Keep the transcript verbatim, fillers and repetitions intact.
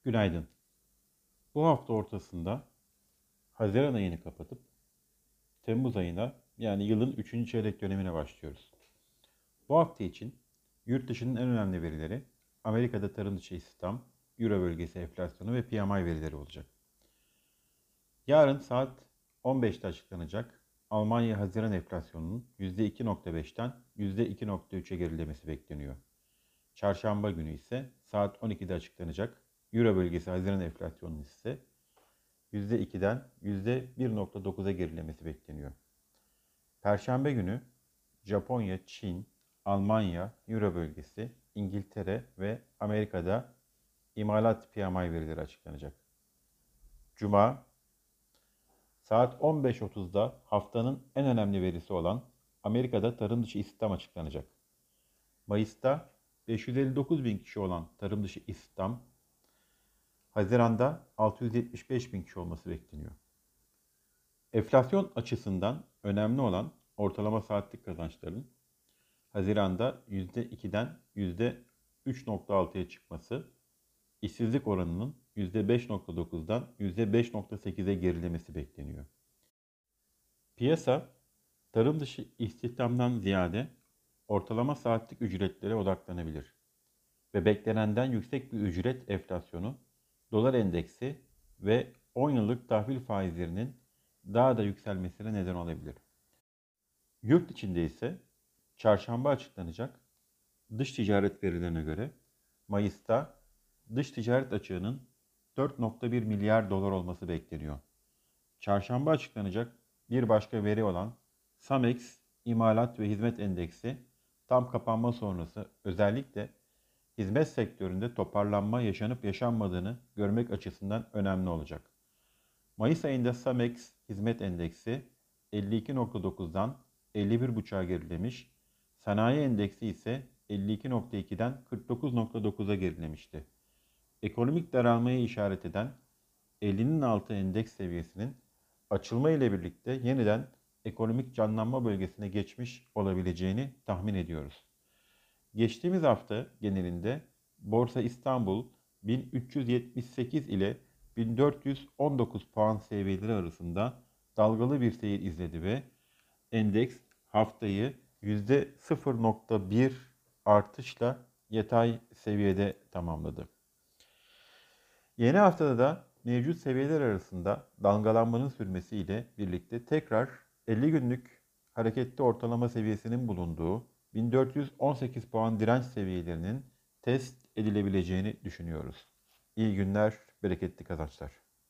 Günaydın. Bu hafta ortasında Haziran ayını kapatıp Temmuz ayına yani yılın üçüncü çeyrek dönemine başlıyoruz. Bu hafta için yurt dışının en önemli verileri Amerika'da tarım dışı istihdam, Euro bölgesi enflasyonu ve P M I verileri olacak. Yarın saat on beşte açıklanacak Almanya Haziran enflasyonunun yüzde iki nokta beşten yüzde iki nokta üçe gerilemesi bekleniyor. Çarşamba günü ise saat on ikide açıklanacak Euro bölgesi Haziran enflasyonunun ise yüzde ikiden yüzde bir nokta dokuza gerilemesi bekleniyor. Perşembe günü Japonya, Çin, Almanya, Euro bölgesi, İngiltere ve Amerika'da imalat P M I verileri açıklanacak. Cuma saat on beş otuzda haftanın en önemli verisi olan Amerika'da tarım dışı istihdam açıklanacak. Mayıs'ta beş yüz elli dokuz bin kişi olan tarım dışı istihdam, Haziran'da altı yüz yetmiş beş bin kişi olması bekleniyor. Enflasyon açısından önemli olan ortalama saatlik kazançların Haziran'da yüzde ikiden yüzde üç nokta altıya çıkması, işsizlik oranının yüzde beş nokta dokuzdan yüzde beş nokta sekize gerilemesi bekleniyor. Piyasa, tarım dışı istihdamdan ziyade ortalama saatlik ücretlere odaklanabilir ve beklenenden yüksek bir ücret enflasyonu, dolar endeksi ve on yıllık tahvil faizlerinin daha da yükselmesine neden olabilir. Yurt içinde ise çarşamba açıklanacak dış ticaret verilerine göre Mayıs'ta dış ticaret açığının dört nokta bir milyar dolar olması bekleniyor. Çarşamba açıklanacak bir başka veri olan SAMEX İmalat ve Hizmet Endeksi tam kapanma sonrası özellikle hizmet sektöründe toparlanma yaşanıp yaşanmadığını görmek açısından önemli olacak. Mayıs ayında SAMEX Hizmet Endeksi elli iki nokta dokuzdan elli bir nokta beşe gerilemiş, sanayi endeksi ise elli iki nokta ikiden kırk dokuz nokta dokuza gerilemişti. Ekonomik daralmayı işaret eden ellinin altı endeks seviyesinin açılma ile birlikte yeniden ekonomik canlanma bölgesine geçmiş olabileceğini tahmin ediyoruz. Geçtiğimiz hafta genelinde Borsa İstanbul bin üç yüz yetmiş sekiz ile bin dört yüz on dokuz puan seviyeleri arasında dalgalı bir seyir izledi ve endeks haftayı yüzde sıfır nokta bir artışla yatay seviyede tamamladı. Yeni haftada da mevcut seviyeler arasında dalgalanmanın sürmesiyle birlikte tekrar elli günlük hareketli ortalama seviyesinin bulunduğu bin dört yüz on sekiz puan direnç seviyelerinin test edilebileceğini düşünüyoruz. İyi günler, bereketli kazançlar.